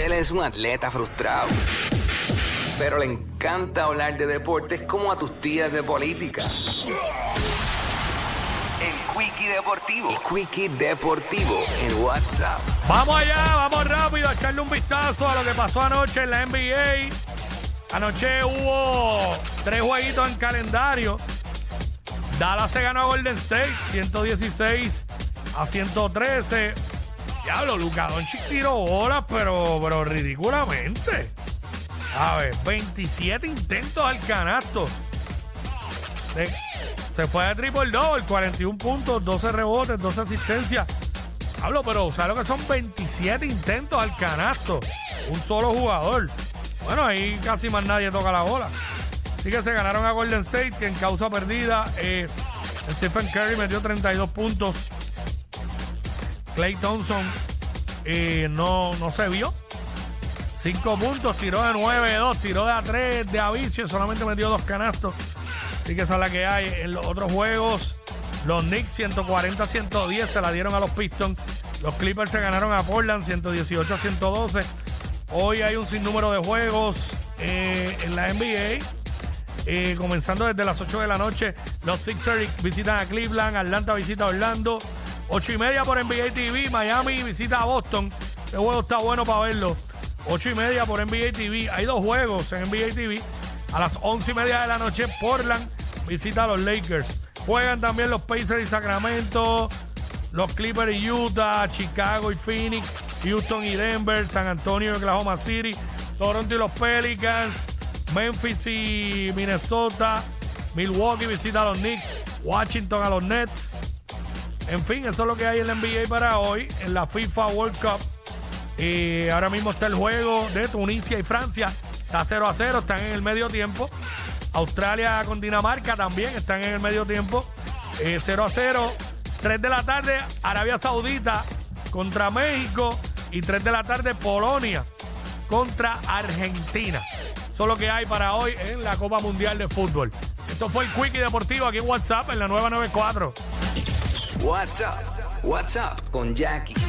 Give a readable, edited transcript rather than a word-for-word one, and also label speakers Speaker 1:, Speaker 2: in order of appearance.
Speaker 1: Él es un atleta frustrado, pero le encanta hablar de deportes como a tus tías de política. El Quickie Deportivo. El Quickie Deportivo en WhatsApp.
Speaker 2: Vamos allá, vamos rápido a echarle un vistazo a lo que pasó anoche en la NBA. Anoche hubo 3 jueguitos en calendario. Dallas se ganó a Golden State, 116-113. Diablo, Luka Doncic tiró bolas, pero ridículamente. A ver, 27 intentos al canasto. Se fue de triple-double, 41 puntos, 12 rebotes, 12 asistencias. Hablo, pero ¿sabes lo que son 27 intentos al canasto? Un solo jugador. Bueno, ahí casi más nadie toca la bola. Así que se ganaron a Golden State, que en causa perdida, Stephen Curry metió 32 puntos. Klay Thompson no se vio. 5 puntos, tiró de 9-2, tiró de A3 de avicio, solamente metió 2 canastos. Así que esa es la que hay. En los otros juegos, los Knicks 140-110 se la dieron a los Pistons. Los Clippers se ganaron a Portland 118-112. Hoy hay un sinnúmero de juegos en la NBA. Comenzando desde las 8 de la noche, los Sixers visitan a Cleveland, Atlanta visita a Orlando. 8:30 por NBA TV, Miami visita a Boston. Este juego está bueno para verlo. 8:30 por NBA TV. Hay 2 juegos en NBA TV. A las 11:30 de la noche, Portland visita a los Lakers. Juegan también los Pacers y Sacramento, los Clippers y Utah, Chicago y Phoenix, Houston y Denver, San Antonio y Oklahoma City, Toronto y los Pelicans, Memphis y Minnesota, Milwaukee visita a los Knicks, Washington a los Nets. En fin, eso es lo que hay en la NBA para hoy, en la FIFA World Cup. Ahora mismo está el juego de Tunisia y Francia. Está 0-0, están en el medio tiempo. Australia con Dinamarca también están en el medio tiempo. 0-0. 3 de la tarde, Arabia Saudita contra México. Y 3 de la tarde, Polonia contra Argentina. Eso es lo que hay para hoy en la Copa Mundial de Fútbol. Esto fue el Quickie Deportivo aquí en WhatsApp en la nueva 94.
Speaker 1: WhatsApp con Jackie.